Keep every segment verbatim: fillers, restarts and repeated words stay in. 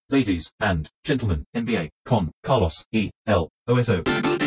Ladies and gentlemen, N B A, con Carlos E. L. Oso.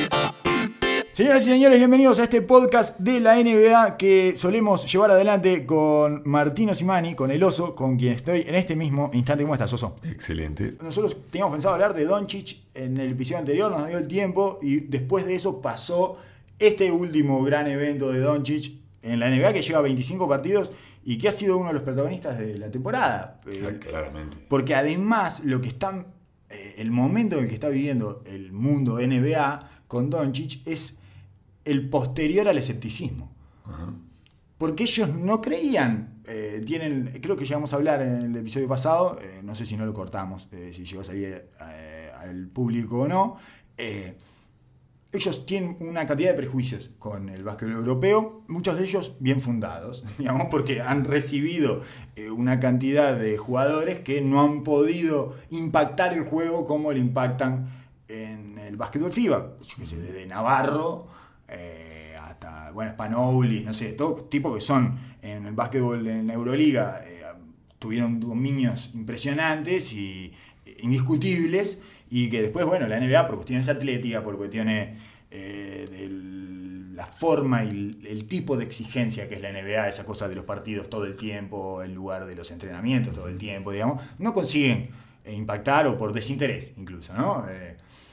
Señoras y señores, bienvenidos a este podcast de la N B A que solemos llevar adelante con Martino Simani, con el Oso, con quien estoy en este mismo instante. ¿Cómo estás, Oso? Excelente. Nosotros teníamos pensado hablar de Doncic en el episodio anterior, nos dio el tiempo y después de eso pasó este último gran evento de Doncic en la N B A que lleva veinticinco partidos y que ha sido uno de los protagonistas de la temporada. Eh, Claramente. Porque además lo que están, eh, el momento en el que está viviendo el mundo N B A con Doncic es el posterior al escepticismo. Uh-huh. Porque ellos no creían, eh, tienen, creo que llegamos a hablar en el episodio pasado, eh, no sé si no lo cortamos, eh, si llegó a salir eh, al público o no, eh, ellos tienen una cantidad de prejuicios con el básquetbol europeo, muchos de ellos bien fundados, digamos, porque han recibido eh, una cantidad de jugadores que no han podido impactar el juego como le impactan en el básquetbol FIBA. Yo qué sé, desde Navarro eh, hasta, bueno, Spanoulis, no sé, todo tipo que son en el básquetbol en la Euroliga, eh, tuvieron dominios impresionantes y eh, indiscutibles. Y que después, bueno, la N B A, por cuestiones atléticas, por cuestiones eh, de la forma y el, el tipo de exigencia que es la N B A, esa cosa de los partidos todo el tiempo, en lugar de los entrenamientos todo el tiempo, digamos, no consiguen eh, impactar o por desinterés incluso, ¿no? Eh,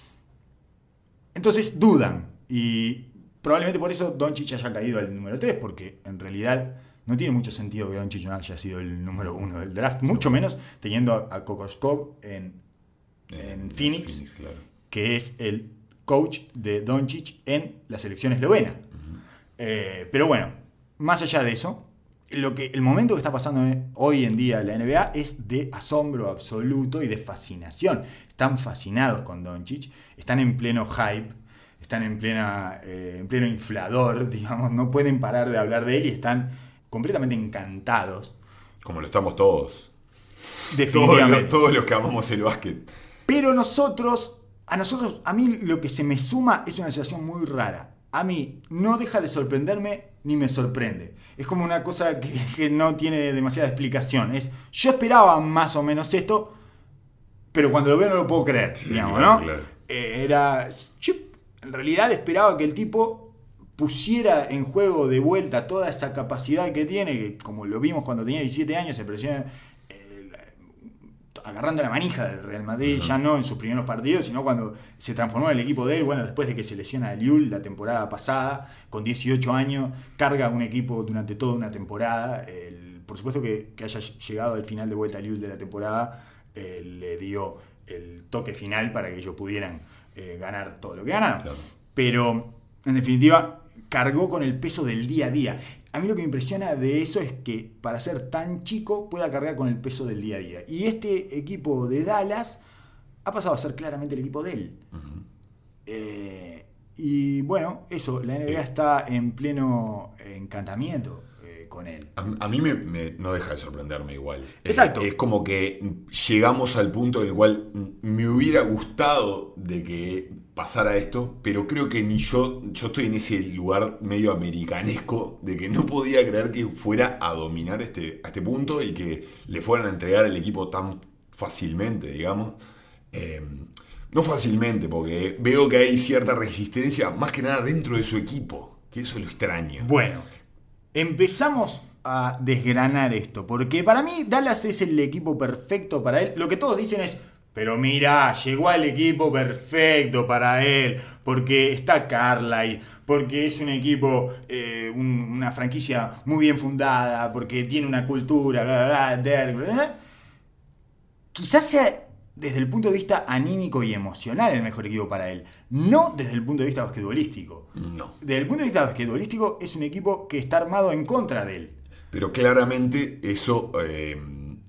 entonces dudan y probablemente por eso Doncic haya caído al número tres, porque en realidad no tiene mucho sentido que Doncic no haya sido el número uno del draft, mucho menos teniendo a, a Kokoskov en en Phoenix, Phoenix claro. Que es el coach de Doncic en la selección eslovena. Uh-huh. Eh, pero bueno, más allá de eso, lo que, el momento que está pasando hoy en día en la N B A es de asombro absoluto y de fascinación. Están fascinados con Doncic, están en pleno hype, están en, plena, eh, en pleno inflador, digamos, no pueden parar de hablar de él y están completamente encantados. Como lo estamos todos. Definitivamente. Todos, todos los que amamos el básquet. Pero nosotros, a nosotros, a mí lo que se me suma es una sensación muy rara. A mí no deja de sorprenderme ni me sorprende. Es como una cosa que, que no tiene demasiada explicación. Es, yo esperaba más o menos esto, pero cuando lo veo no lo puedo creer, sí, digamos, claro, ¿no? Claro. Eh, era, yo en realidad esperaba que el tipo pusiera en juego de vuelta toda esa capacidad que tiene, que como lo vimos cuando tenía diecisiete años, se presiona agarrando la manija del Real Madrid, uh-huh. Ya no en sus primeros partidos, sino cuando se transformó en el equipo de él, bueno, después de que se lesiona a Liul la temporada pasada, con dieciocho años, carga un equipo durante toda una temporada. El, por supuesto que, que haya llegado al final de vuelta a Liul de la temporada, eh, le dio el toque final para que ellos pudieran eh, ganar todo lo que ganaron. Claro. Pero, en definitiva, cargó con el peso del día a día. A mí lo que me impresiona de eso es que para ser tan chico pueda cargar con el peso del día a día. Y este equipo de Dallas ha pasado a ser claramente el equipo de él. Uh-huh. Eh, y bueno, eso, la N B A está en pleno encantamiento eh, con él. A, a mí me, me, no deja de sorprenderme igual. Exacto. Eh, es como que llegamos al punto del cual me hubiera gustado de que pasara esto, pero creo que ni yo, yo estoy en ese lugar medio americanesco de que no podía creer que fuera a dominar este, a este punto y que le fueran a entregar el equipo tan fácilmente, digamos. Eh, no fácilmente, porque veo que hay cierta resistencia, más que nada dentro de su equipo, que eso es lo extraño. Bueno, empezamos a desgranar esto, porque para mí Dallas es el equipo perfecto para él. Lo que todos dicen es, pero mira, llegó al equipo perfecto para él, porque está Carlisle, porque es un equipo, eh, un, una franquicia muy bien fundada, porque tiene una cultura, bla, bla, bla, bla, bla. Quizás sea desde el punto de vista anímico y emocional el mejor equipo para él, no desde el punto de vista basquetbolístico. No. Desde el punto de vista basquetbolístico es un equipo que está armado en contra de él. Pero claramente eso eh,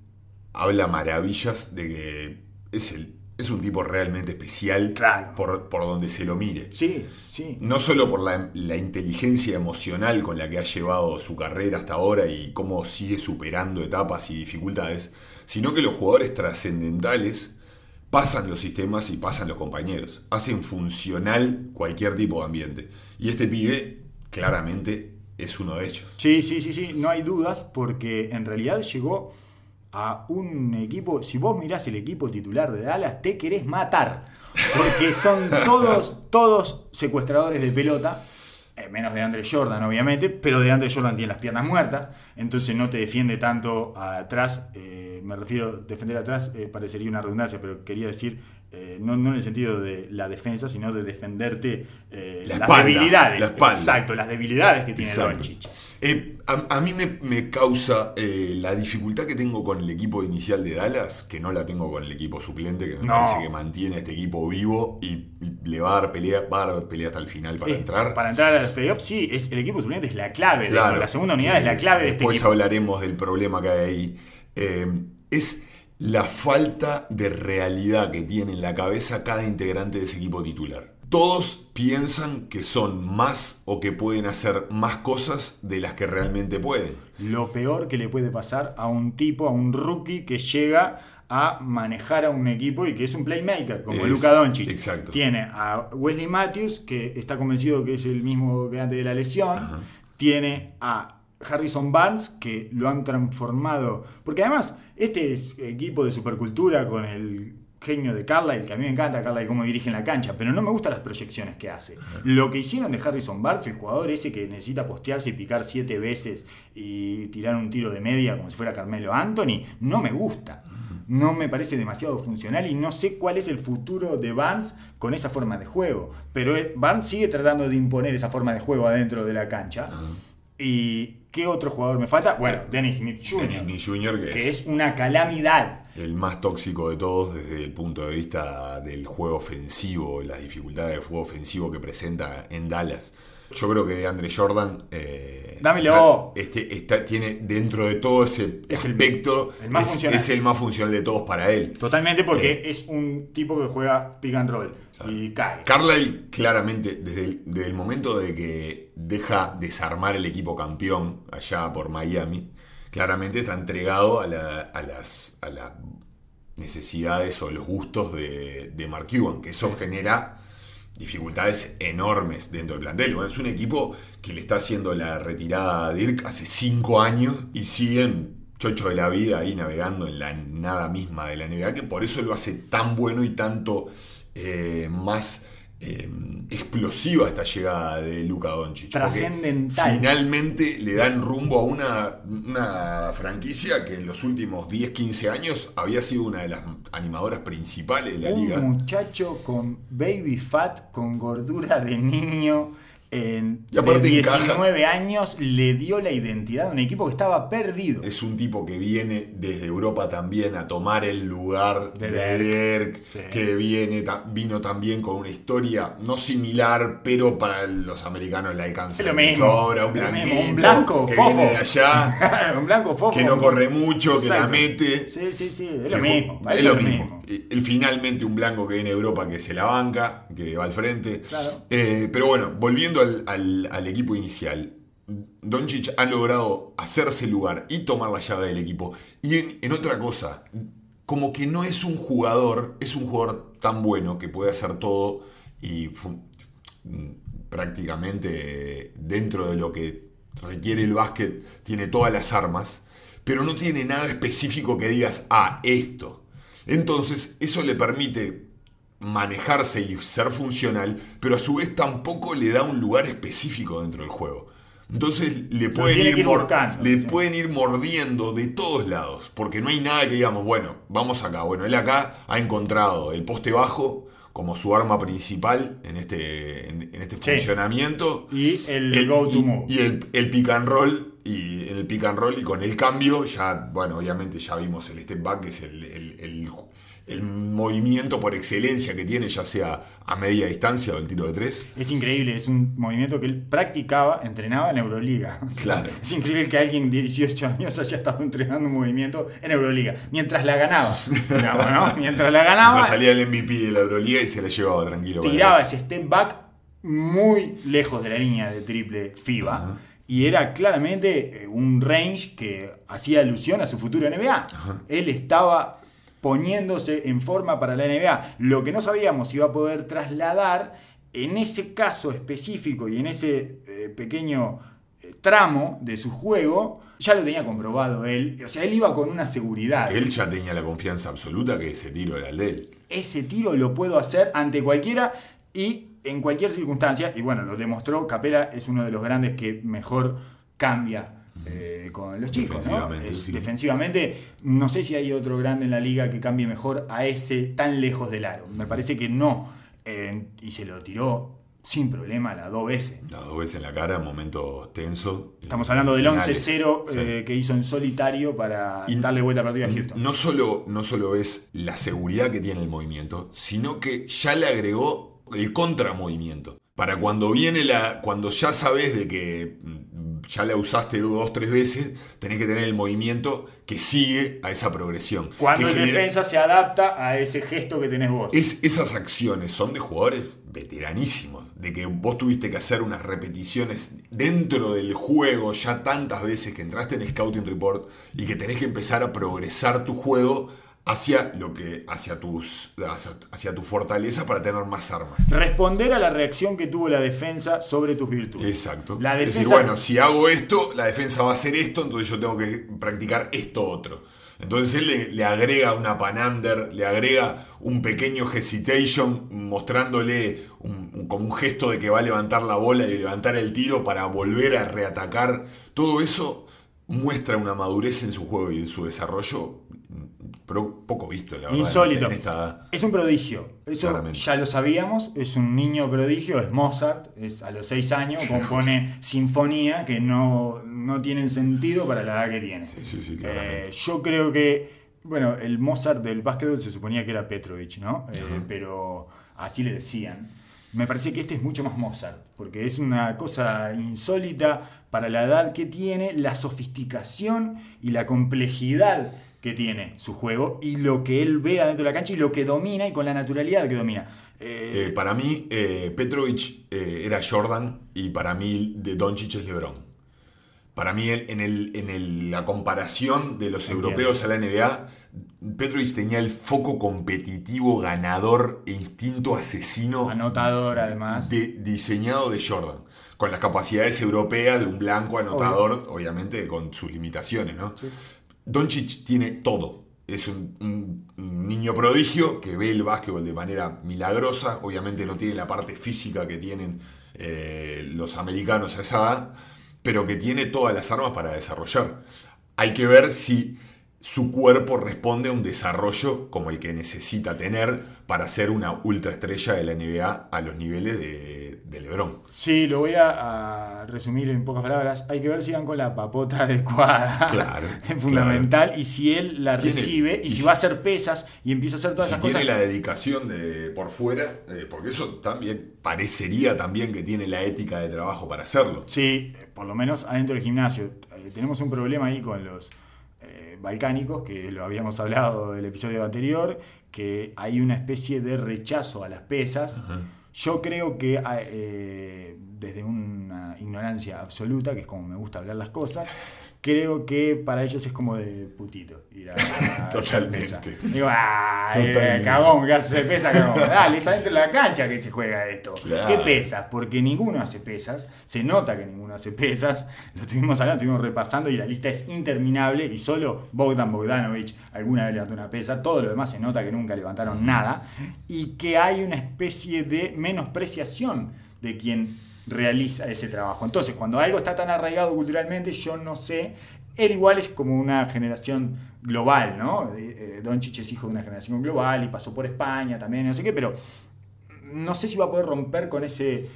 habla maravillas de que Es, el, es un tipo realmente especial, claro. por, por donde se lo mire. Sí, sí. No solo por la, la inteligencia emocional con la que ha llevado su carrera hasta ahora y cómo sigue superando etapas y dificultades, sino que los jugadores trascendentales pasan los sistemas y pasan los compañeros. Hacen funcional cualquier tipo de ambiente. Y este pibe claramente es uno de ellos. Sí, sí, sí, sí. No hay dudas porque en realidad llegó a un equipo, si vos mirás el equipo titular de Dallas, te querés matar. Porque son todos, todos secuestradores de pelota. Eh, menos de Andre Jordan, obviamente, pero de Andre Jordan tiene las piernas muertas, entonces no te defiende tanto atrás. Eh, me refiero, defender atrás eh, parecería una redundancia, pero quería decir, eh, no, no en el sentido de la defensa, sino de defenderte eh, la las espalda, debilidades. La espalda. Exacto, las debilidades que tiene Doncic. Eh, a, a mí me, me causa eh, la dificultad que tengo con el equipo inicial de Dallas, que no la tengo con el equipo suplente, que me no. parece que mantiene a este equipo vivo y, y le va a dar pelea, va a dar pelea hasta el final para eh, entrar. Para entrar a los playoffs, sí, es, el equipo suplente es la clave. Claro, de, la segunda unidad eh, es la clave de este equipo. Después hablaremos del problema que hay ahí. Eh, es la falta de realidad que tiene en la cabeza cada integrante de ese equipo titular. Todos piensan que son más o que pueden hacer más cosas de las que realmente pueden. Lo peor que le puede pasar a un tipo, a un rookie que llega a manejar a un equipo y que es un playmaker, como Es, Luka Doncic. Exacto. Tiene a Wesley Matthews, que está convencido que es el mismo que antes de la lesión. Ajá. Tiene a Harrison Barnes, que lo han transformado. Porque además, este es equipo de supercultura con el genio de Carlisle, que a mí me encanta Carlisle cómo dirige en la cancha, pero no me gustan las proyecciones que hace. Lo que hicieron de Harrison Barnes, el jugador ese que necesita postearse y picar siete veces y tirar un tiro de media como si fuera Carmelo Anthony, no me gusta. No me parece demasiado funcional y no sé cuál es el futuro de Barnes con esa forma de juego. Pero Barnes sigue tratando de imponer esa forma de juego adentro de la cancha. ¿Y qué otro jugador me falta? Bueno, Dennis Smith junior Dennis Smith junior, que, que es, es una calamidad. El más tóxico de todos desde el punto de vista del juego ofensivo, las dificultades del juego ofensivo que presenta en Dallas. Yo creo que de Andre Jordan eh, Dámelo. Este, está, tiene dentro de todo ese es aspecto, el, el más es, funcional. es el más funcional de todos para él. Totalmente, porque Eh, es un tipo que juega pick and roll y cae. Carlisle, claramente, desde el, desde el momento de que deja desarmar el equipo campeón allá por Miami, claramente está entregado a, la, a, las, a las necesidades o los gustos de, de Mark Cuban, que eso genera dificultades enormes dentro del plantel. Bueno, es un equipo que le está haciendo la retirada a Dirk hace cinco años y siguen chocho de la vida ahí navegando en la nada misma de la N B A, que por eso lo hace tan bueno y tanto eh, más eh, explosiva esta llegada de Luka Doncic. Trascendental. Finalmente le dan rumbo a una, una franquicia que en los últimos diez, quince años había sido una de las animadoras principales de la Un liga. muchacho con baby fat, con gordura de niño, en Y aparte de diecinueve encaja. años, le dio la identidad a un equipo que estaba perdido. Es un tipo que viene desde Europa también a tomar el lugar De de Dirk. Dirk, Sí. que viene, ta- vino también con una historia no similar, pero para los americanos le alcanza Es lo de mismo. sobra, un Es lo mismo, blanquito, un blanco, que fofo. viene de allá, Un blanco fofo. que no corre mucho, que la Exacto. mete. Sí, sí, sí, es que lo ju- mismo. Es eso lo mismo. Y- y finalmente un blanco que viene de Europa que se la banca, que va al frente. Claro. Eh, pero bueno, volviendo al, al- al equipo inicial, Doncic ha logrado hacerse lugar y tomar la llave del equipo. Y en, en otra cosa, como que no es un jugador, es un jugador tan bueno que puede hacer todo y fu- prácticamente dentro de lo que requiere el básquet tiene todas las armas, pero no tiene nada específico que digas, ah, esto. Entonces eso le permite manejarse y ser funcional, pero a su vez tampoco le da un lugar específico dentro del juego. Entonces le pueden, tiene ir, que ir mor- buscando, le sí. pueden ir mordiendo de todos lados, porque no hay nada que digamos, bueno, vamos acá. Bueno, él acá ha encontrado el poste bajo como su arma principal en este, en, en este Sí. funcionamiento. Y el, El- go to y, move. y el, el pick and roll, y en el pick and roll y con el cambio, ya, bueno, obviamente ya vimos el step back, que es el, el, el, el movimiento por excelencia que tiene, ya sea a media distancia o el tiro de tres. Es increíble, es un movimiento que él practicaba, entrenaba en Euroliga. O sea, Claro. Es increíble que alguien de dieciocho años haya estado entrenando un movimiento en Euroliga, mientras la ganaba. Digamos, ¿no? Mientras la ganaba, Después salía el M V P de la Euroliga y se la llevaba tranquilo. para tiraba casa. ese step back muy lejos de la línea de triple FIBA. Ajá. Y era claramente eh, un range que hacía alusión a su futuro N B A. Ajá. Él estaba poniéndose en forma para la N B A. Lo que no sabíamos si iba a poder trasladar en ese caso específico y en ese eh, pequeño tramo de su juego ya lo tenía comprobado él. O sea, él iba con una seguridad. Él ya tenía la confianza absoluta que ese tiro era el de él. Ese tiro lo puedo hacer ante cualquiera y en cualquier circunstancia. Y bueno, lo demostró. Capela es uno de los grandes que mejor cambia eh, con los chicos, ¿no? Defensivamente, Es, sí. defensivamente, no sé si hay otro grande en la liga que cambie mejor a ese tan lejos del aro. Me parece que no. Eh, y se lo tiró sin problema las dos veces. Las dos veces en la cara, momentos tensos. Estamos hablando del once finales. cero Sí. eh, que hizo en solitario para Y darle vuelta al partido a Houston. No solo, no solo es la seguridad que tiene el movimiento, sino que ya le agregó el contramovimiento. Para cuando viene la. Cuando ya sabes de que ya la usaste dos, tres veces, tenés que tener el movimiento que sigue a esa progresión. Cuando que el genera- defensa se adapta a ese gesto que tenés vos. Es, esas acciones son de jugadores veteranísimos, de que vos tuviste que hacer unas repeticiones dentro del juego ya tantas veces que entraste en Scouting Report y que tenés que empezar a progresar tu juego hacia lo que hacia tus hacia, hacia tu fortaleza para tener más armas. Responder a la reacción que tuvo la defensa sobre tus virtudes. Exacto. La Es decir, defensa- bueno, si hago esto, la defensa va a hacer esto, entonces yo tengo que practicar esto otro. Entonces él le, le agrega una panander, le agrega un pequeño hesitation, mostrándole un, un- como un gesto de que va a levantar la bola y levantar el tiro para volver a reatacar. Todo eso muestra una madurez en su juego y en su desarrollo, pero poco visto, la verdad. Insólito. en esta edad. Es un prodigio. Eso Claramente. ya lo sabíamos. Es un niño prodigio. Es Mozart. Es a los seis años. Compone sinfonía que no, no tienen sentido para la edad que tiene. Sí, sí, sí, Eh, claramente. yo creo que, bueno, el Mozart del básquetbol se suponía que era Petrovich, ¿no? Eh, pero así le decían. Me parece que este es mucho más Mozart, porque es una cosa insólita para la edad que tiene, la sofisticación y la complejidad que tiene su juego y lo que él ve adentro de la cancha y lo que domina y con la naturalidad que domina. Eh, Eh, para mí, eh, Petrovic eh, era Jordan y para mí de Doncic es LeBron. Para mí, el- en, el, en el- la comparación de los Entiendo. europeos a la N B A, Petrovic tenía el foco competitivo, ganador e instinto asesino anotador, además. de- diseñado de Jordan. Con las capacidades europeas de un blanco anotador, obviamente con sus limitaciones, ¿no? Sí. Doncic tiene todo. Es un, un- un niño prodigio que ve el básquetbol de manera milagrosa. Obviamente no tiene la parte física que tienen eh, los americanos a esa edad, pero que tiene todas las armas para desarrollar. Hay que ver si su cuerpo responde a un desarrollo como el que necesita tener para ser una ultraestrella de la N B A a los niveles de, de LeBron. Sí, lo voy a, a resumir en pocas palabras. Hay que ver si van con la papota adecuada. Claro, Es fundamental. Y si él la Tiene- recibe y y si si- va a hacer pesas y empieza a hacer todas Si esas tiene cosas. la dedicación de por fuera, eh, porque eso también parecería también que tiene la ética de trabajo para hacerlo. Sí, eh, por lo menos adentro del gimnasio. Eh, tenemos un problema ahí con los eh, balcánicos, que lo habíamos hablado del episodio anterior, que hay una especie de rechazo a las pesas. Ajá. Yo creo que eh, desde una ignorancia absoluta, que es como me gusta hablar las cosas, creo que para ellos es como de putito ir a, a hacer Totalmente. pesa. Digo, ah, Totalmente. eh, cagón, que hace pesa, cagón. Dale, es adentro de la cancha que se juega esto. Claro. ¿Qué pesas? Porque ninguno hace pesas. Se nota que ninguno hace pesas. Lo estuvimos hablando, estuvimos repasando y la lista es interminable. Y solo Bogdan Bogdanovic alguna vez levantó una pesa. Todo lo demás se nota que nunca levantaron nada. Y que hay una especie de menospreciación de quien realiza ese trabajo. Entonces, cuando algo está tan arraigado culturalmente, yo no sé. Él igual es como una generación global, ¿no? Eh, Doncic es hijo de una generación global y pasó por España también, no sé qué, pero no sé si va a poder romper con ese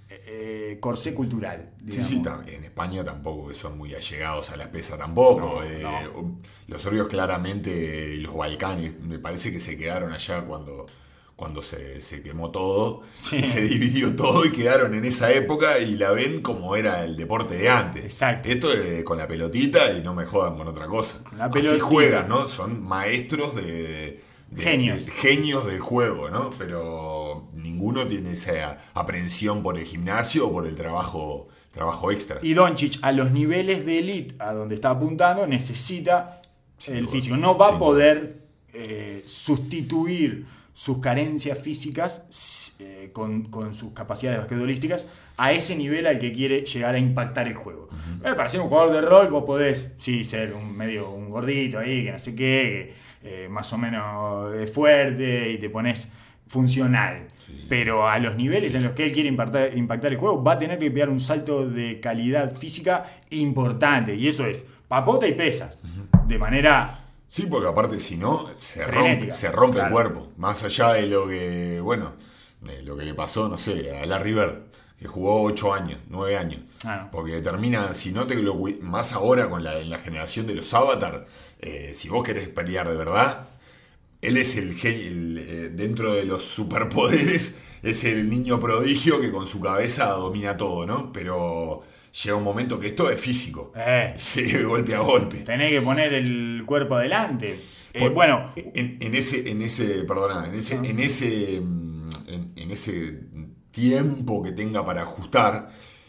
eh, corsé cultural. Sí, Digamos. sí, tam- en España tampoco que son muy allegados a la pesa tampoco. No, eh, no. Los serbios claramente, los Balcanes, me parece que se quedaron allá cuando, cuando se, se quemó todo, Sí. y se dividió todo y quedaron en esa época y la ven como era el deporte de antes. Exacto. Esto es con la pelotita y no me jodan con otra cosa. Con la Así pelotita. juegan, ¿no? Son maestros de... de- Genios. de- genios del juego, ¿no? Pero ninguno tiene esa aprehensión por el gimnasio o por el trabajo, trabajo extra. Y Doncic, a los niveles de elite a donde está apuntando, necesita Sin el duda. físico. No va Sin a poder eh, sustituir sus carencias físicas eh, con, con sus capacidades basquetbolísticas a ese nivel al que quiere llegar a impactar el juego. Uh-huh. Eh, para ser un jugador de rol vos podés, sí, ser un medio un gordito ahí, que no sé qué, que eh, más o menos es fuerte y te pones funcional. Sí. Pero a los niveles sí. en los que él quiere impactar, impactar el juego, va a tener que pegar un salto de calidad física importante. Y eso es papota y pesas. Uh-huh. De manera... Sí, porque aparte si no, se rompe, se rompe claro. el cuerpo. Más allá de lo que, bueno, de lo que le pasó, no sé, a Larry Bird, que jugó ocho años, nueve años. Ah, no. Porque termina, si no te lo más ahora con la, la generación de los Avatar, eh, si vos querés pelear de verdad, él es el, el eh, dentro de los superpoderes, es el niño prodigio que con su cabeza domina todo, ¿no? Pero... llega un momento que esto es físico. Eh, de golpe a golpe. Tenés que poner el cuerpo adelante. Eh, bueno. En, en ese, en ese, perdona, en ese, uh-huh. en ese, en, en ese tiempo que tenga para ajustar,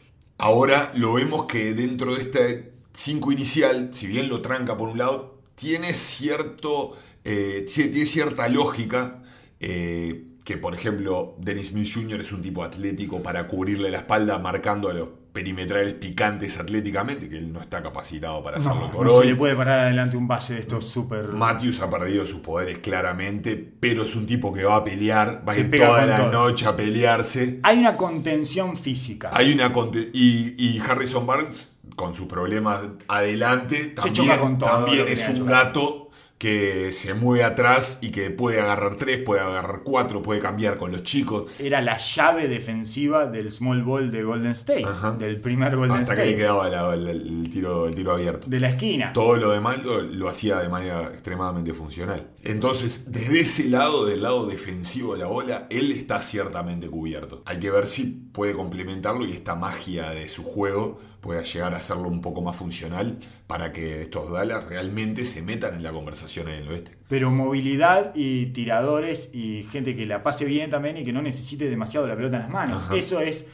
ahora lo vemos que dentro de este cinco inicial, si bien lo tranca por un lado, tiene cierto, eh, tiene cierta lógica. Eh, que por ejemplo Dennis Smith junior es un tipo atlético para cubrirle la espalda marcando a los perimetrales picantes atléticamente, que él no está capacitado para hacerlo no, por no hoy. Se le puede parar adelante un pase de estos súper... Matthews ha perdido sus poderes claramente, pero es un tipo que va a pelear, va se a ir toda la todo. noche a pelearse. Hay una contención física. Hay una conten- y, y Harrison Barnes, con sus problemas adelante, se también, choca con todo también es un gato que se mueve atrás y que puede agarrar tres, puede agarrar cuatro, puede cambiar con los chicos. Era la llave defensiva del small ball de Golden State, Ajá. del primer Golden Hasta State. Hasta que le quedaba la, la, el, tiro, el tiro abierto. De la esquina. Todo lo demás lo, lo hacía de manera extremadamente funcional. Entonces, desde ese lado, del lado defensivo de la bola, él está ciertamente cubierto. Hay que ver si puede complementarlo y esta magia de su juego pueda llegar a hacerlo un poco más funcional para que estos Dallas realmente se metan en la conversación en el oeste. Pero movilidad y tiradores y gente que la pase bien también y que no necesite demasiado la pelota en las manos. Ajá. Eso es,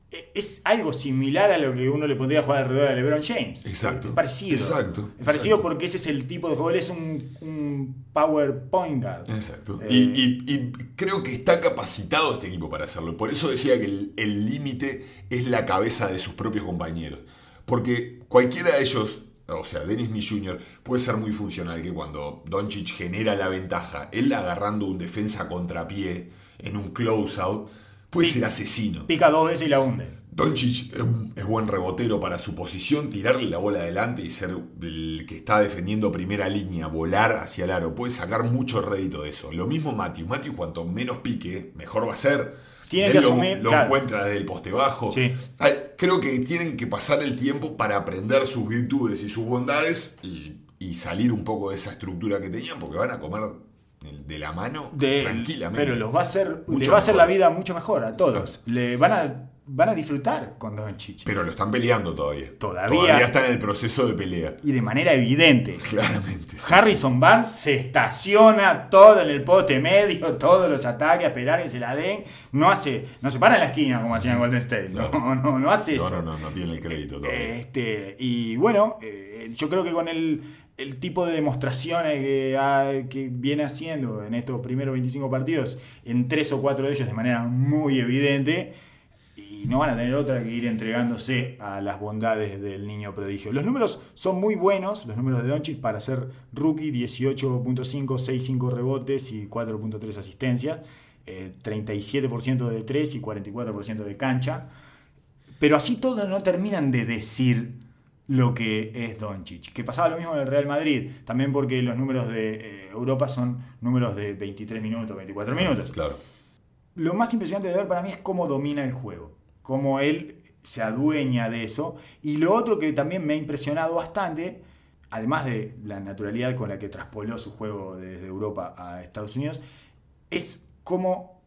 es algo similar a lo que uno le podría jugar alrededor a LeBron James. Exacto. Es parecido. Exacto. Es parecido exacto. porque ese es el tipo de juego. Él es un, un power point guard. Exacto. Eh, y, y, y creo que está capacitado este equipo para hacerlo. Por eso decía que el límite es la cabeza de sus propios compañeros. Porque cualquiera de ellos, o sea, Dennis Smith junior, puede ser muy funcional, que cuando Doncic genera la ventaja, él agarrando un defensa contrapié en un closeout, puede ser asesino. Pica dos veces y la hunde. Doncic es, es buen rebotero para su posición, tirarle la bola adelante y ser el que está defendiendo primera línea, volar hacia el aro. Puede sacar mucho rédito de eso. Lo mismo Matthews. Matthews, cuanto menos pique, mejor va a ser. Tiene que lo, asumir, lo claro. encuentra desde el poste bajo. Sí. Creo que tienen que pasar el tiempo para aprender sus virtudes y sus bondades y, y salir un poco de esa estructura que tenían, porque van a comer de la mano de, tranquilamente. Pero los va a hacer, les va a hacer la vida mucho mejor a todos. Le van a van a disfrutar con Doncic. Pero lo están peleando todavía. Todavía. Todavía están en el proceso de pelea. Y de manera evidente. Claramente. Sí, Harrison sí. Barnes se estaciona todo en el poste medio, todos los ataques, a esperar que se la den. No hace, no se para en la esquina como hacían en Golden State. No, no, no, no hace no, eso. No, no, no, no tiene el crédito todavía. Este, y bueno, eh, yo creo que con el, el tipo de demostraciones que, ha, que viene haciendo en estos primeros veinticinco partidos, en tres o cuatro de ellos de manera muy evidente, y no van a tener otra que ir entregándose a las bondades del niño prodigio. Los números son muy buenos, los números de Doncic para ser rookie: dieciocho punto cinco, seis punto cinco rebotes y cuatro punto tres asistencias, eh, treinta y siete por ciento de tres y cuarenta y cuatro por ciento de cancha. Pero así todos no terminan de decir lo que es Doncic. Que pasaba lo mismo en el Real Madrid, también porque los números de eh, Europa son números de veintitrés minutos, veinticuatro minutos. Claro. Lo más impresionante de ver para mí es cómo domina el juego, cómo él se adueña de eso. Y lo otro que también me ha impresionado bastante, además de la naturalidad con la que traspoló su juego desde Europa a Estados Unidos, es cómo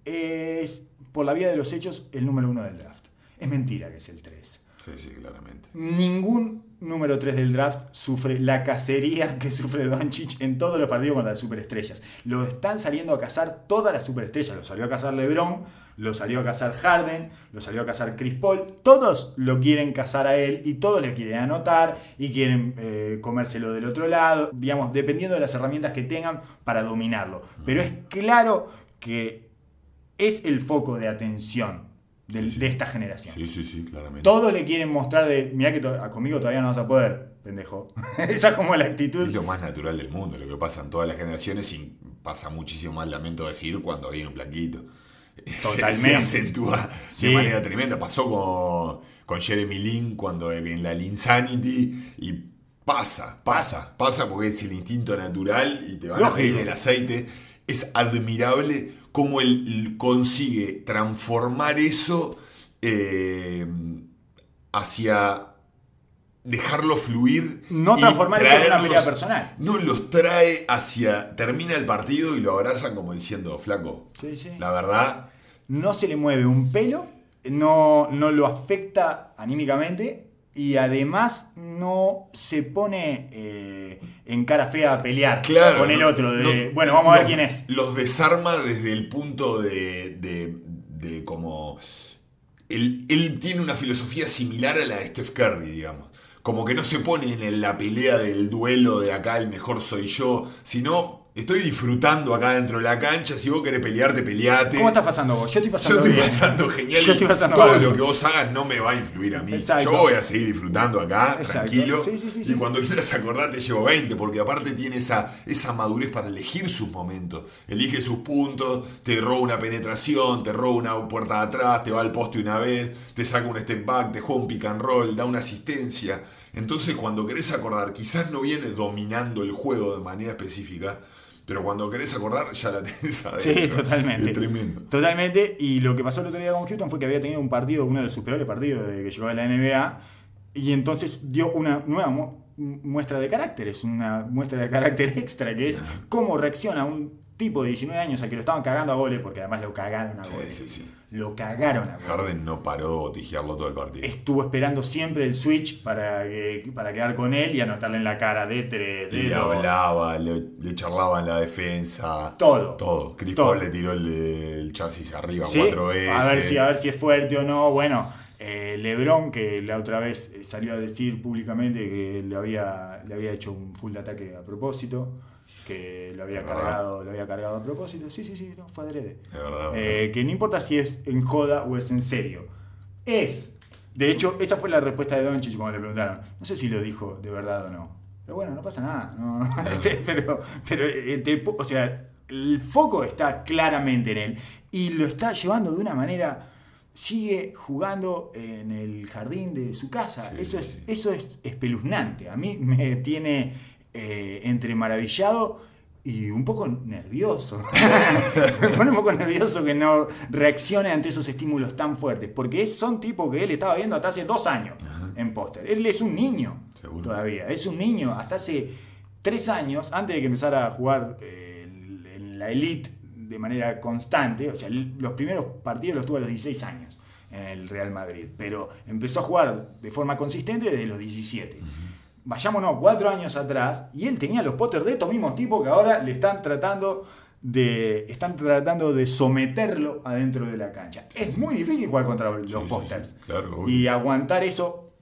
es, por la vía de los hechos, el número uno del draft. Es mentira que es el tres. Sí, sí, claramente. Ningún número tres del draft sufre la cacería que sufre Doncic en todos los partidos contra las superestrellas. Lo están saliendo a cazar todas las superestrellas. Lo salió a cazar LeBron, lo salió a cazar Harden, lo salió a cazar Chris Paul. Todos lo quieren cazar a él y todos le quieren anotar y quieren eh, comérselo del otro lado, digamos, dependiendo de las herramientas que tengan para dominarlo. Pero es claro que es el foco de atención de, Sí, sí. de esta generación. Sí, sí, sí, claramente. Todos le quieren mostrar de, mirá que to- conmigo todavía no vas a poder, pendejo. Esa es como la actitud. Es lo más natural del mundo, lo que pasa en todas las generaciones y pasa muchísimo más, lamento decir, cuando viene un blanquito. Totalmente. Se, se acentúa Sí. de manera tremenda. Pasó con, con Jeremy Lin cuando en la Linsanity y pasa, pasa, pasa porque es el instinto natural y te van Lógico. a pedir el aceite. Es admirable cómo él, él consigue transformar eso eh, hacia dejarlo fluir. No y transformar esto en una traerlos- pelea personal. No, los trae hacia. Termina el partido y lo abrazan como diciendo, flaco. Sí, sí. La verdad, No se le mueve un pelo, no, no lo afecta anímicamente y además no se pone eh, en cara fea a pelear claro. con el no- otro. De, no- bueno, vamos a ver los- quién es. Los desarma desde el punto de. de, de como. Él, él tiene una filosofía similar a la de Steph Curry, digamos. Como que no se pone en la pelea del duelo de acá el mejor soy yo, sino estoy disfrutando acá dentro de la cancha. Si vos querés pelearte, peleate. ¿Cómo estás pasando vos? Yo estoy Yo pasando estoy bien. pasando genial. Yo estoy pasando Todo bárbaro. lo que vos hagas no me va a influir a mí. Exacto. Yo voy a seguir disfrutando acá, Exacto. tranquilo. Sí, sí, sí, y sí. cuando quieras acordar te llevo veinte, porque aparte tiene esa, esa madurez para elegir sus momentos. Elige sus puntos, te roba una penetración, te roba una puerta de atrás, te va al poste una vez, te saca un step back, te juega un pick and roll, da una asistencia. Entonces cuando querés acordar, quizás no viene dominando el juego de manera específica, pero cuando querés acordar ya la tenés adentro. Sí, totalmente. Es tremendo. Totalmente. Y lo que pasó el otro día con Houston fue que había tenido un partido, uno de sus peores partidos desde que llegó a la N B A, y entonces dio una nueva mu- muestra de carácter, es una muestra de carácter extra, que es cómo reacciona un tipo de diecinueve años al que lo estaban cagando a goles, porque además lo cagaron a Sí, goles. sí, sí. Lo cagaron a goles. Harden no paró de botijearlo todo el partido. Estuvo esperando siempre el switch para, que- para quedar con él y anotarle en la cara de tres, de Le dos. hablaba, le, le charlaba en la defensa. Todo. Todo. Chris Todo. Paul le tiró el, el chasis arriba Sí, cuatro veces. A ver si, a ver si es fuerte o no. Bueno, eh, LeBron, que la otra vez salió a decir públicamente que le había, le había hecho un full de ataque a propósito, que lo había ¿De verdad? cargado, lo había cargado a propósito. Sí, sí, sí, no, fue adrede. De verdad. Eh, que no importa si es en joda o es en serio. Es. De hecho, esa fue la respuesta de Doncic cuando le preguntaron. No sé si lo dijo de verdad o no. Pero bueno, no pasa nada. No. Este, pero, pero eh, te- o sea, el foco está claramente en él. Y lo está llevando de una manera. Sigue jugando en el jardín de su casa. Sí, eso, sí, es, sí. eso es espeluznante. A mí me tiene eh, entre maravillado y un poco nervioso. Me pone un poco nervioso que no reaccione ante esos estímulos tan fuertes. Porque es- son tipos que él estaba viendo hasta hace dos años en póster. Él es un niño Seguro. todavía. Es un niño hasta hace tres años, antes de que empezara a jugar eh, en la elite de manera constante. O sea, los primeros partidos los tuvo a los dieciséis años en el Real Madrid. Pero empezó a jugar de forma consistente desde los diecisiete. Vayámonos cuatro años atrás y él tenía los pósters de estos mismos tipos que ahora le están tratando de están tratando de someterlo adentro de la cancha. Es muy difícil jugar contra los Sí, sí, pósters sí, claro, obvio. y aguantar eso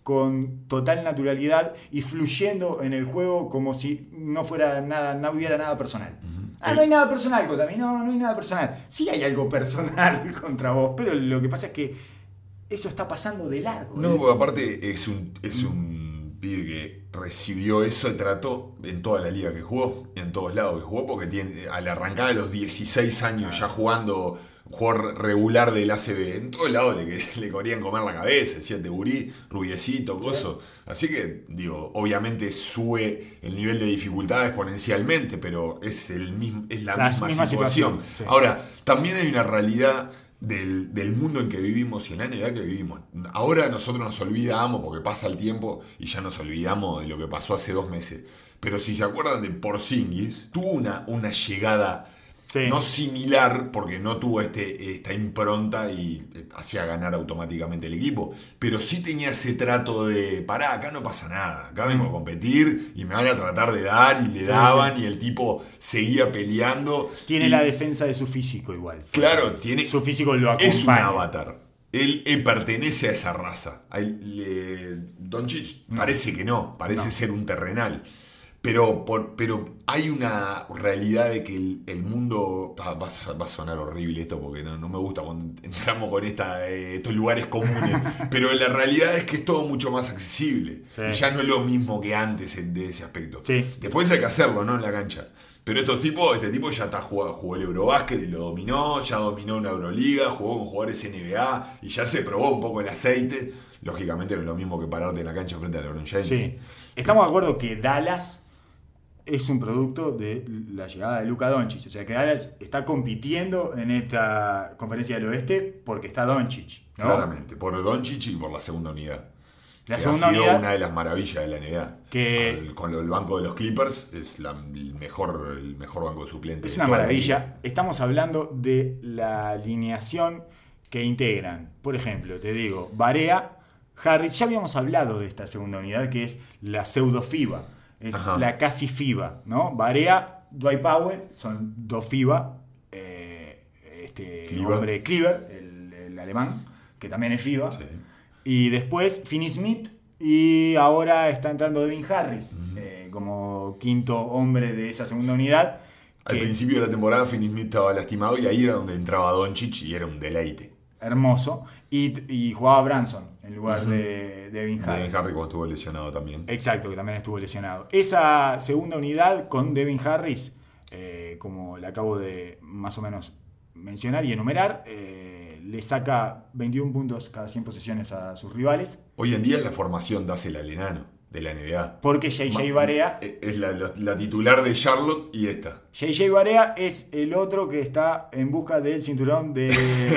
con total naturalidad y fluyendo en el juego como si no fuera nada, no hubiera nada personal. Ah, no hay nada personal contra mí, no, no hay nada personal. Sí hay algo personal contra vos, pero lo que pasa es que eso está pasando de largo. No, ¿eh? porque aparte es un, es un pibe que recibió eso de trato en toda la liga que jugó, en todos lados que jugó, porque tiene, al arrancar a los dieciséis años ya jugando jugador regular del A C B, en todos lados le, le querían comer la cabeza, decía Teburí, rubiecito, coso. Así que, digo, obviamente sube el nivel de dificultad exponencialmente, pero es, el mismo, es la, La misma, misma situación. situación, sí. Ahora, también hay una realidad del, del mundo en que vivimos y en la N B A que vivimos. Ahora nosotros nos olvidamos porque pasa el tiempo y ya nos olvidamos de lo que pasó hace dos meses. Pero si se acuerdan de Porzingis, tuvo una, una llegada Sí. no similar porque no tuvo este, esta impronta y hacía ganar automáticamente el equipo, pero sí tenía ese trato de pará, acá no pasa nada, acá vengo a competir y me van a tratar de dar y le Sí, daban sí. y el tipo seguía peleando. Tiene y, la defensa de su físico igual. Claro, tiene, Su físico lo acompaña. es un avatar. Él, él pertenece a esa raza. A él, le- Doncic No. parece que no, parece No. ser un terrenal. Pero, por, pero hay una realidad de que el, el mundo... Ah, va, a, va a sonar horrible esto porque no, no me gusta cuando entramos con esta, eh, estos lugares comunes. Pero la realidad es que es todo mucho más accesible. Sí. Y ya no es lo mismo que antes de ese aspecto. Sí. Después hay que hacerlo, ¿no? En la cancha. Pero estos tipos, este tipo ya está jugando, jugó el Eurobásquet y lo dominó, ya dominó una Euroliga, jugó con jugadores N B A y ya se probó un poco el aceite. Lógicamente no es lo mismo que pararte en la cancha frente a LeBron James. Sí. Estamos de acuerdo que Dallas es un producto de la llegada de Luka Doncic. O sea que Dallas está compitiendo en esta conferencia del oeste porque está Doncic, ¿no? Claramente, por Doncic y por la segunda unidad. La que segunda ha sido unidad, una de las maravillas de la N B A. Que Al, con lo, el banco de los Clippers es la, el, mejor, el mejor banco de suplentes. Es una maravilla. Estamos hablando de la alineación que integran. Por ejemplo, te digo, Barea, Harris. Ya habíamos hablado de esta segunda unidad que es la pseudo FIBA. Es Ajá. la casi FIBA, ¿no? Barea, Dwight Powell, son dos FIBA. Eh, este Cleaver. hombre Cleaver, el, el alemán, que también es FIBA. Sí. Y después Finney-Smith. Y ahora está entrando Devin Harris uh-huh. eh, como quinto hombre de esa segunda unidad. Al principio de la temporada Finney-Smith estaba lastimado y ahí era donde entraba Doncic y era un deleite. Hermoso. Y, y jugaba Branson en lugar uh-huh. de, de Devin Harris. Devin Harris cuando estuvo lesionado también. Exacto, que también estuvo lesionado. Esa segunda unidad con Devin Harris, eh, como le acabo de más o menos mencionar y enumerar, eh, le saca veintiún puntos cada cien posesiones a sus rivales. Hoy en día es la formación Dásela al enano de la N B A. Porque J J Barea es la, la, la titular de Charlotte y esta. J J Barea es el otro que está en busca del cinturón de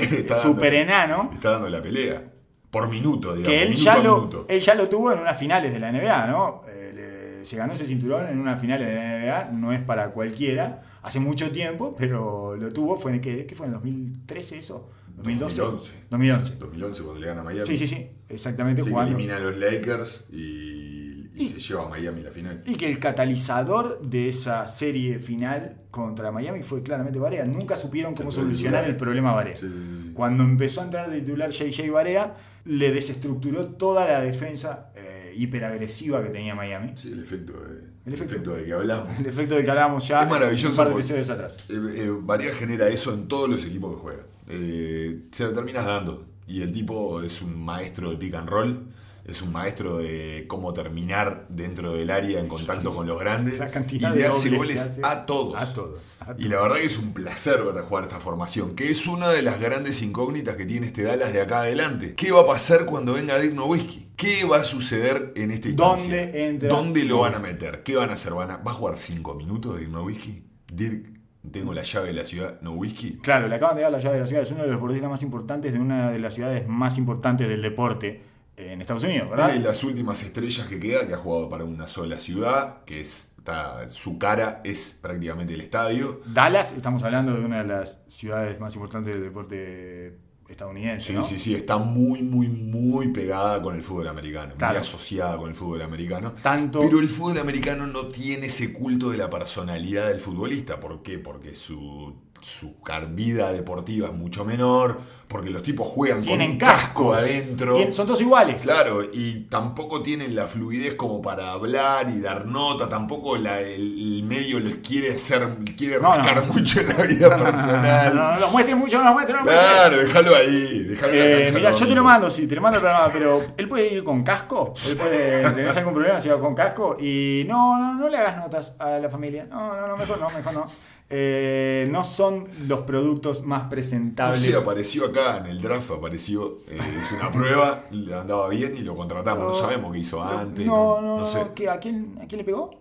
super enano. Está dando la pelea. Por minuto, digamos. Que él, minuto ya lo, minuto. él ya lo tuvo en unas finales de la N B A, ¿no? Eh, le, se ganó ese cinturón en unas finales de la N B A. No es para cualquiera. Hace mucho tiempo, pero lo tuvo. Fue en, ¿qué, ¿Qué fue? ¿En dos mil trece eso? ¿dos mil doce? dos mil once. dos mil once. dos mil once cuando le gana a Miami. Sí, sí, sí. Exactamente. Sí, jugando. Elimina a los Lakers y, y, y se lleva a Miami a la final. Y que el catalizador de esa serie final contra Miami fue claramente Barea. Nunca supieron cómo solucionar el problema Barea. Sí, sí, sí. Cuando empezó a entrar de titular J J Barea, le desestructuró toda la defensa eh, hiperagresiva que tenía Miami. Sí, el efecto de, el efecto, efecto de que hablamos. El efecto de que hablábamos ya es maravilloso un par de episodios atrás. Eh, eh, Barea genera eso en todos los equipos que juega. Eh, se lo terminas dando. Y el tipo es un maestro de pick and roll. Es un maestro de cómo terminar dentro del área en contacto con los grandes. Y le hace goles hace a, todos. a todos. A todos. Y la verdad que es un placer ver jugar esta formación, que es una de las grandes incógnitas que tiene este Dallas de acá adelante. ¿Qué va a pasar cuando venga Dirk Nowitzki? ¿Qué va a suceder en esta instancia? ¿Dónde entra? ¿Dónde lo van a meter? ¿Qué van a hacer? ¿Van a, ¿Va a jugar cinco minutos Dirk Nowitzki? Dirk, tengo la llave de la ciudad Nowitzki. Claro, le acaban de dar la llave de la ciudad. Es uno de los deportistas más importantes de una de las ciudades más importantes del deporte en Estados Unidos, ¿verdad? Es de las últimas estrellas que queda, que ha jugado para una sola ciudad, que es está, su cara es prácticamente el estadio. Dallas, estamos hablando de una de las ciudades más importantes del deporte estadounidense, Sí, ¿no? sí, sí, está muy, muy, muy pegada con el fútbol americano, claro. muy asociada con el fútbol americano. Tanto... Pero el fútbol americano no tiene ese culto de la personalidad del futbolista. ¿Por qué? Porque su... su vida deportiva es mucho menor, porque los tipos juegan tienen con un cascos, casco adentro. Tienen, son todos iguales. Claro, y tampoco tienen la fluidez como para hablar y dar nota, tampoco la, el, el medio les quiere hacer, quiere no, rascar no. mucho en la vida no, personal. No, no, no, los muestren mucho, no los muestren, no los Claro, muestren. déjalo ahí, déjalo en la Eh, cancha. mirá, yo te lo mando, sí, te lo mando al programa, pero él puede ir con casco, él puede tener algún problema si va con casco y no, no, no le hagas notas a la familia, no, no, no, mejor no, mejor no. Eh, no son los productos más presentables. No, sí, apareció acá en el draft, apareció, eh, es una prueba, le andaba bien y lo contratamos, no, no sabemos qué hizo antes. No, no, no, no sé. ¿qué, a, quién, ¿A quién le pegó?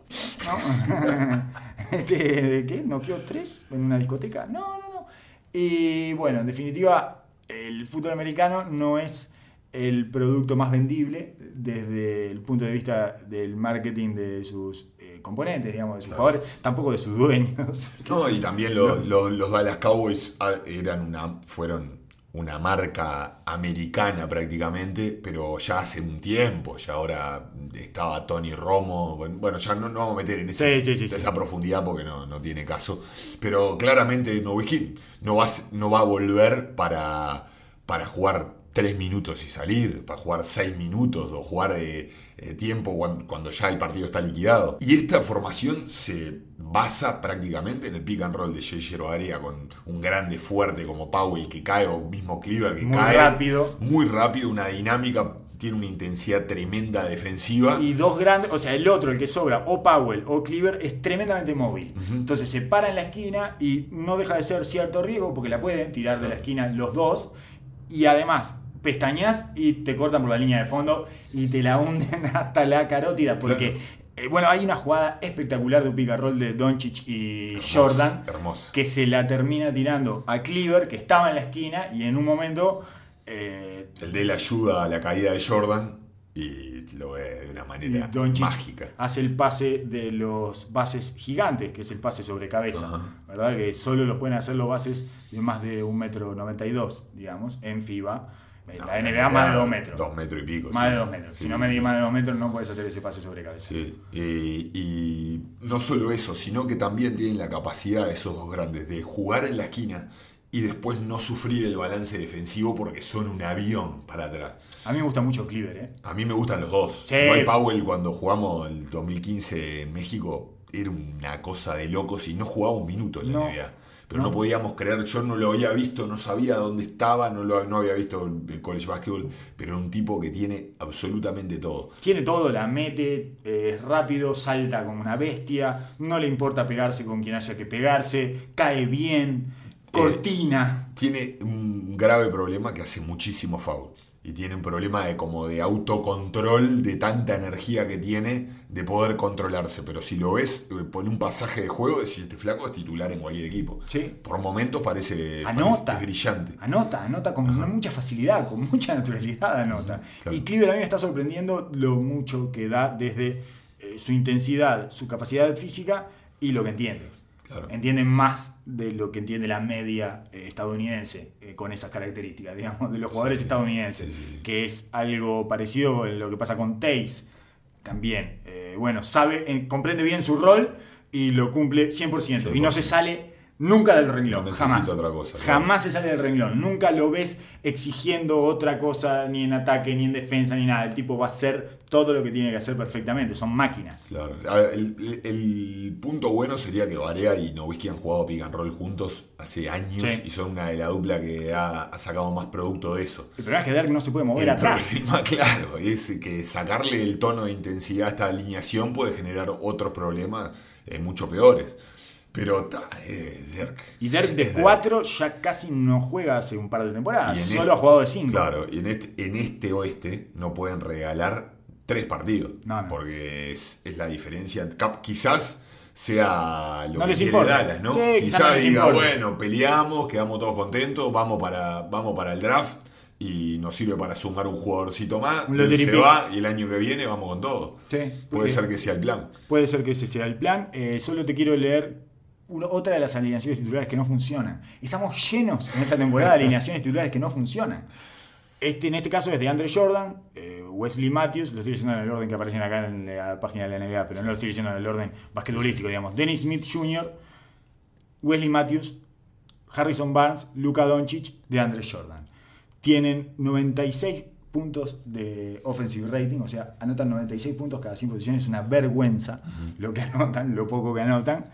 ¿No? este, ¿Qué? ¿Noqueó tres en una discoteca? No, no, no. Y bueno, en definitiva, el fútbol americano no es el producto más vendible desde el punto de vista del marketing de sus eh, componentes, digamos, de sus claro. jugadores, tampoco de sus dueños. No, y también los, los, los Dallas Cowboys eran una, fueron una marca americana prácticamente, pero ya hace un tiempo, ya ahora estaba Tony Romo, bueno, ya no nos vamos a meter en ese, sí, sí, sí, esa sí. profundidad porque no, no tiene caso, pero claramente Nowitzki no va, no va a volver para, para jugar tres minutos y salir, para jugar seis minutos o jugar eh, eh, tiempo cuando, cuando ya el partido está liquidado. Y esta formación se basa prácticamente en el pick and roll de J J Barea con un grande fuerte como Powell que cae o mismo Cleaver que muy cae. Muy rápido. Muy rápido, una dinámica, tiene una intensidad tremenda defensiva. Y dos grandes, o sea, el otro, el que sobra, o Powell o Cleaver, es tremendamente móvil. Uh-huh. Entonces se para en la esquina y no deja de ser cierto riesgo porque la pueden tirar de la esquina los dos. Y además pestañas y te cortan por la línea de fondo y te la hunden hasta la carótida porque claro. eh, bueno, hay una jugada espectacular de un pick and roll de Doncic y hermoso, Jordan hermoso. Que se la termina tirando a Cleaver que estaba en la esquina y en un momento eh, el de él ayuda a la caída de Jordan y lo ve de una manera mágica. Hace el pase de los bases gigantes, que es el pase sobre cabeza, uh-huh. ¿verdad? Que solo los pueden hacer los bases de más de un metro noventa y dos, digamos, en FIBA. En no, la N B A más de dos metros. Dos metros y pico. Más sí. de dos metros. Sí, si no medís sí. más de dos metros no puedes hacer ese pase sobre cabeza. Sí. Eh, y no solo eso, sino que también tienen la capacidad esos dos grandes de jugar en la esquina y después no sufrir el balance defensivo porque son un avión para atrás. A mí me gusta mucho Cleaver, ¿eh? A mí me gustan los dos. Sí. Dwight Powell cuando jugamos el dos mil quince en México era una cosa de locos y no jugaba un minuto en la no. N B A. Pero no. no podíamos creer, yo no lo había visto, no sabía dónde estaba, no, lo, no había visto el college basketball, pero era un tipo que tiene absolutamente todo. Tiene todo, la mete, es eh, rápido, salta como una bestia, no le importa pegarse con quien haya que pegarse, cae bien, cortina. Eh, tiene un grave problema que hace muchísimo foul. Y tiene un problema de como de autocontrol de tanta energía que tiene de poder controlarse. Pero si lo ves por un pasaje de juego, decís, este flaco es titular en cualquier equipo. Sí. Por momentos parece, anota, parece es brillante. Anota, anota con Ajá. mucha facilidad, con mucha naturalidad anota. Claro. Y Cleaver a mí me está sorprendiendo lo mucho que da desde eh, su intensidad, su capacidad física y lo que entiende. Claro. Entienden más de lo que entiende la media eh, estadounidense eh, con esas características, digamos, de los jugadores sí, estadounidenses, sí, sí. que es algo parecido a lo que pasa con Tays también. Eh, bueno, sabe, eh, comprende bien su rol y lo cumple cien por ciento. cien por ciento. Y no se sale nunca del renglón, no jamás. Otra cosa, jamás claro. se sale del renglón. Nunca lo ves exigiendo otra cosa, ni en ataque, ni en defensa, ni nada. El tipo va a hacer todo lo que tiene que hacer perfectamente. Son máquinas. Claro. El, el, el punto bueno sería que Barea y Nowitzki han jugado pick and roll juntos hace años sí. y son una de la dupla que ha, ha sacado más producto de eso. El problema es que Dirk no se puede mover el atrás. Problema, claro, es que sacarle el tono de intensidad a esta alineación puede generar otros problemas eh, mucho peores. Pero eh, Dirk. Y Dirk de cuatro ya casi no juega hace un par de temporadas. Solo este, ha jugado de cinco. Claro, y en este, en este oeste no pueden regalar tres partidos. No, no. Porque es, es la diferencia. Quizás sea lo no que les quiere importa. Dallas, ¿no? Sí, quizás no diga, importa. bueno, peleamos, quedamos todos contentos, vamos para, vamos para el draft y nos sirve para sumar un jugadorcito más. Un Él se pick. va y el año que viene vamos con todo. Sí, puede ser que sea el plan. Puede ser que ese sea el plan. Eh, solo te quiero leer Una, otra de las alineaciones titulares que no funcionan. Estamos llenos en esta temporada de alineaciones titulares que no funcionan. Este, en este caso es de Andre Jordan, eh, Wesley Matthews, lo estoy diciendo en el orden que aparecen acá en la página de la N B A, pero no lo estoy diciendo en el orden basquetbolístico, digamos. Dennis Smith junior, Wesley Matthews, Harrison Barnes, Luka Doncic, de Andre Jordan. Tienen noventa y seis puntos de offensive rating, o sea, anotan noventa y seis puntos cada cien posiciones, es una vergüenza uh-huh. lo que anotan, lo poco que anotan.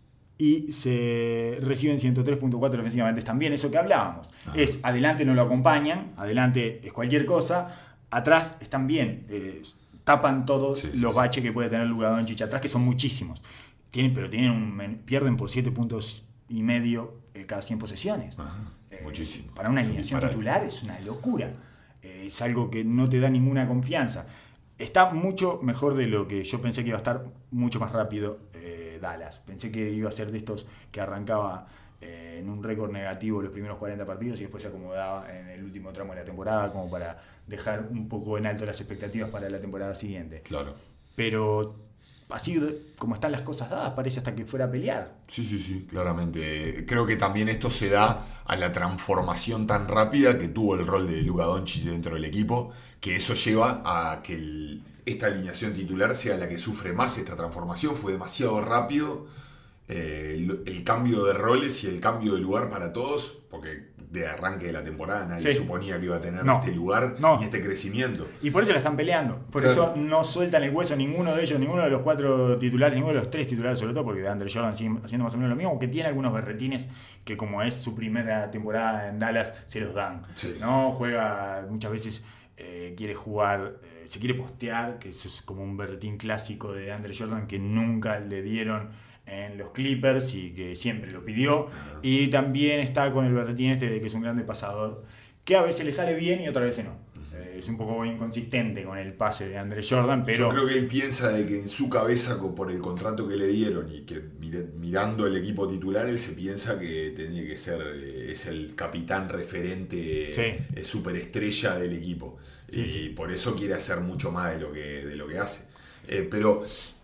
Y se reciben ciento tres punto cuatro defensivamente. Es también eso que hablábamos. Ah. Es adelante no lo acompañan, adelante es cualquier cosa, atrás están bien, eh, tapan todos sí, los sí, baches sí. que puede tener Luka Doncic atrás, que son muchísimos. Tienen, pero tienen un, pierden por siete puntos y medio eh, cada cien posesiones. Ajá, eh, muchísimo. Para una alineación titular es una locura. Eh, es algo que no te da ninguna confianza. Está mucho mejor de lo que yo pensé que iba a estar, mucho más rápido eh, Dallas. Pensé que iba a ser de estos que arrancaba eh, en un récord negativo los primeros cuarenta partidos y después se acomodaba en el último tramo de la temporada como para dejar un poco en alto las expectativas para la temporada siguiente. Claro. Pero así como están las cosas dadas, parece hasta que fuera a pelear. Sí, sí, sí, claramente. Creo que también esto se da a la transformación tan rápida que tuvo el rol de Luka Doncic dentro del equipo, que eso lleva a que el, esta alineación titular sea la que sufre más esta transformación. Fue demasiado rápido eh, el, el cambio de roles y el cambio de lugar para todos, porque de arranque de la temporada nadie Sí. suponía que iba a tener No. este lugar No. y este crecimiento. Y por eso la están peleando. Por Claro. eso no sueltan el hueso ninguno de ellos, ninguno de los cuatro titulares, ninguno de los tres titulares, sobre todo porque DeAndre Jordan sigue haciendo más o menos lo mismo, aunque tiene algunos berretines que, como es su primera temporada en Dallas, se los dan. Sí. ¿No? Juega muchas veces, eh, quiere jugar, eh, se quiere postear, que eso es como un berretín clásico de DeAndre Jordan que nunca le dieron en los Clippers y que siempre lo pidió. Uh-huh. Y también está con el berretín este de que es un grande pasador, que a veces le sale bien y otras veces no. Uh-huh. Eh, es un poco inconsistente con el pase de Andre Jordan, pero... Yo creo que él piensa de que en su cabeza, por el contrato que le dieron y que mirando el equipo titular, él se piensa que tenía que ser, es el capitán referente, sí. superestrella del equipo. Sí, y sí. por eso quiere hacer mucho más de lo que, de lo que hace. Eh, pero...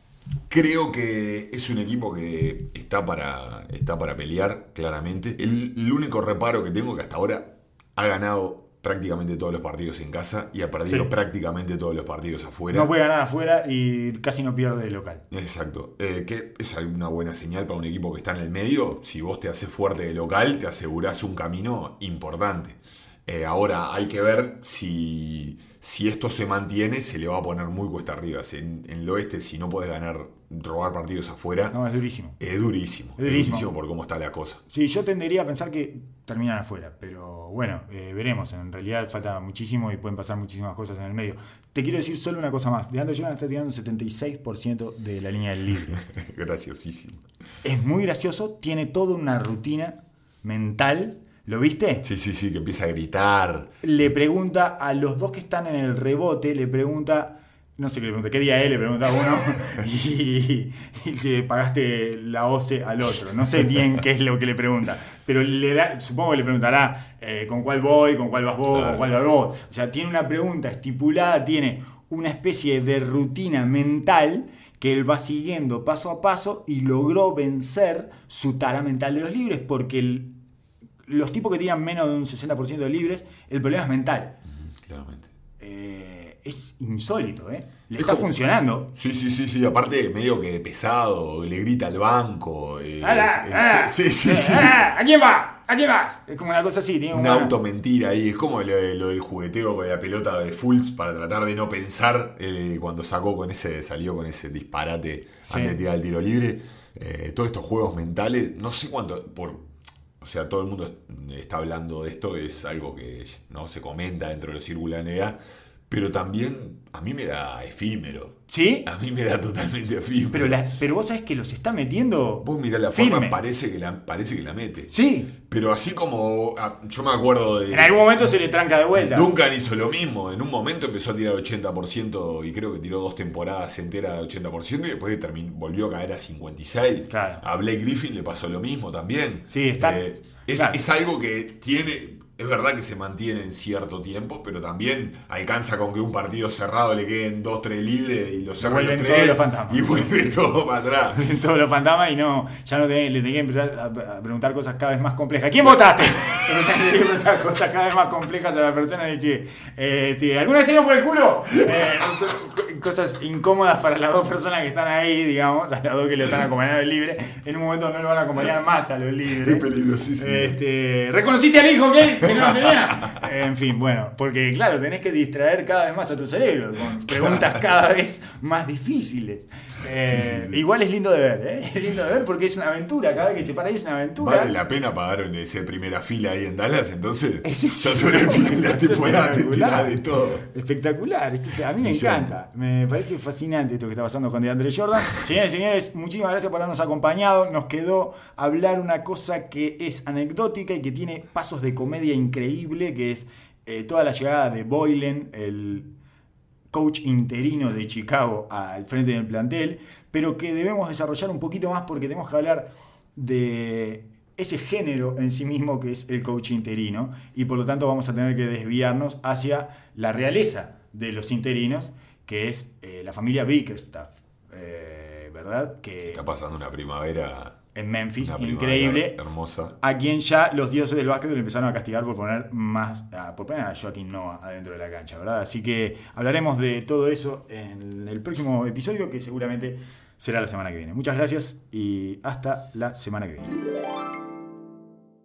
Creo que es un equipo que está para, está para pelear, claramente. El, el único reparo que tengo es que hasta ahora ha ganado prácticamente todos los partidos en casa y ha perdido sí. prácticamente todos los partidos afuera. No puede ganar afuera y casi no pierde de local. Exacto. Eh, que es una buena señal para un equipo que está en el medio. Si vos te haces fuerte de local, te asegurás un camino importante. Eh, ahora hay que ver si... Si esto se mantiene, se le va a poner muy cuesta arriba. En, en el oeste, si no puedes ganar, robar partidos afuera... No, es durísimo. Es durísimo. Es durísimo, durísimo por cómo está la cosa. Sí, yo tendería a pensar que terminan afuera. Pero bueno, eh, veremos. En realidad falta muchísimo y pueden pasar muchísimas cosas en el medio. Te quiero decir solo una cosa más. DeAndre Jordan está tirando un setenta y seis por ciento de la línea del libre. Graciosísimo. Es muy gracioso. Tiene toda una rutina mental... ¿Lo viste? Sí, sí, sí, que empieza a gritar. Le pregunta a los dos que están en el rebote, le pregunta, no sé qué le pregunta, qué día es, le pregunta a uno y, y te pagaste la O C E al otro. No sé bien qué es lo que le pregunta, pero le da, supongo que le preguntará eh, con cuál voy, con cuál vas vos, claro. con cuál vas vos. O sea, tiene una pregunta estipulada, tiene una especie de rutina mental que él va siguiendo paso a paso y logró vencer su tara mental de los libres porque el los tipos que tiran menos de un sesenta por ciento de libres, el problema es mental. Mm, claramente. Eh, es insólito, ¿eh? Le es está como, funcionando. Sí, sí, sí, sí. Aparte, medio que pesado, le grita al banco. Eh, ¡Hala! es, ¡Hala! Sí, sí, sí. ¡Hala! ¿A quién va? ¿A quién vas? Es como una cosa así. Tiene una una auto mentira ahí. Es como lo, lo del jugueteo de la pelota de Fultz para tratar de no pensar eh, cuando sacó con ese, salió con ese disparate sí. antes de tirar el tiro libre. Eh, todos estos juegos mentales, no sé cuánto. Por, O sea, todo el mundo está hablando de esto, es algo que no se comenta dentro de los círculos de la N B A, pero también a mí me da efímero. ¿Sí? A mí me da totalmente efímero. Pero, la, pero vos sabés que los está metiendo. Vos mirá la firme. forma, parece que la, parece que la mete. Sí. Pero así como. Yo me acuerdo de. En algún momento se le tranca de vuelta. Duncan hizo lo mismo. En un momento empezó a tirar ochenta por ciento y creo que tiró dos temporadas enteras de ochenta por ciento y después terminó, volvió a caer a cincuenta y seis. Claro. A Blake Griffin le pasó lo mismo también. Sí, está. Eh, es, claro. es algo que tiene. Es verdad que se mantiene en cierto tiempo, pero también alcanza con que un partido cerrado le queden dos, tres libres y los cerren los tres los fantasmas. Y vuelve todo para atrás. Vuelven todos los fantasmas y no, ya no te, le tenés que empezar a preguntar cosas cada vez más complejas. ¿Quién votaste? Le tenés que preguntar cosas cada vez más complejas a la persona y decir, eh, ¿alguna vez te dio por el culo? Eh, cosas incómodas para las dos personas que están ahí, digamos, a las dos que le están acompañando del libre. En un momento no lo van a acompañar más a los libres. Es peligrosísimo. Este, ¿reconociste al hijo que, que no lo tenía? En fin, bueno, porque claro, tenés que distraer cada vez más a tu cerebro con preguntas cada vez más difíciles. Eh, sí, sí, sí. Igual es lindo de ver, ¿eh? Es lindo de ver porque es una aventura. Cada vez que se para ahí es una aventura. Vale la pena pagar esa primera fila ahí en Dallas, entonces es ya sobre el final de la temporada te tirás de todo. Espectacular, a mí me encanta. Me parece fascinante esto que está pasando con DeAndre Jordan. Señores y señores, muchísimas gracias por habernos acompañado. Nos quedó hablar una cosa que es anecdótica y que tiene pasos de comedia increíble, que es eh, toda la llegada de Boylen, el coach interino de Chicago, al frente del plantel, pero que debemos desarrollar un poquito más porque tenemos que hablar de ese género en sí mismo que es el coach interino y por lo tanto vamos a tener que desviarnos hacia la realeza de los interinos, que es eh, la familia Bickerstaff, eh, ¿verdad? Que está pasando una primavera en Memphis, increíble, hermosa, a quien ya los dioses del básquet le empezaron a castigar por poner más, por poner a Joaquín Noah adentro de la cancha, ¿verdad? Así que hablaremos de todo eso en el próximo episodio, que seguramente será la semana que viene. Muchas gracias y hasta la semana que viene.